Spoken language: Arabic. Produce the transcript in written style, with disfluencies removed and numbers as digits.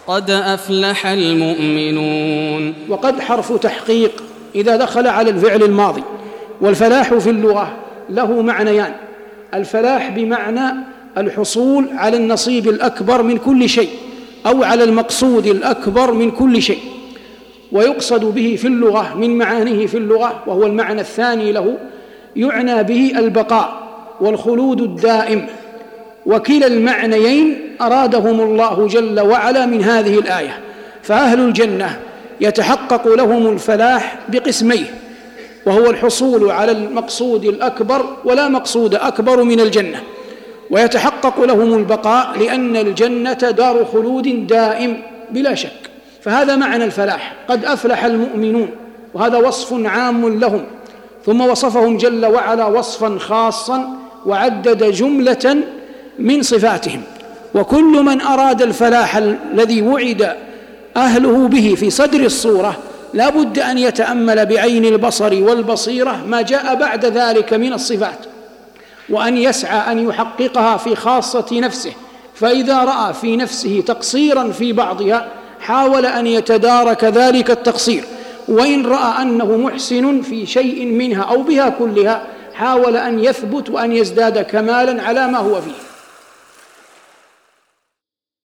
قد أفلح المؤمنون. وقد حرف تحقيق إذا دخل على الفعل الماضي، والفلاح في اللغة له معنيان: الفلاح بمعنى الحصول على النصيب الأكبر من كل شيء أو على المقصود الأكبر من كل شيء، ويقصد به في اللغة من معانيه في اللغة، وهو المعنى الثاني له، يعنى به البقاء والخلود الدائم. وكلا المعنيين أرادهم الله جل وعلا من هذه الآية. فأهل الجنة يتحقق لهم الفلاح بقسميه، وهو الحصول على المقصود الأكبر، ولا مقصود أكبر من الجنة، ويتحقق لهم البقاء لأن الجنة دار خلود دائم بلا شك. فهذا معنى الفلاح، قد أفلح المؤمنون، وهذا وصف عام لهم، ثم وصفهم جل وعلا وصفا خاصا وعدد جملة من صفاتهم. وكل من أراد الفلاح الذي وعد أهله به في صدر الصورة لا بد أن يتأمل بعين البصر والبصيرة ما جاء بعد ذلك من الصفات، وأن يسعى أن يحققها في خاصة نفسه. فإذا رأى في نفسه تقصيرا في بعضها حاول أن يتدارك ذلك التقصير، وإن رأى أنه محسن في شيء منها أو بها كلها حاول أن يثبت وأن يزداد كمالا على ما هو فيه.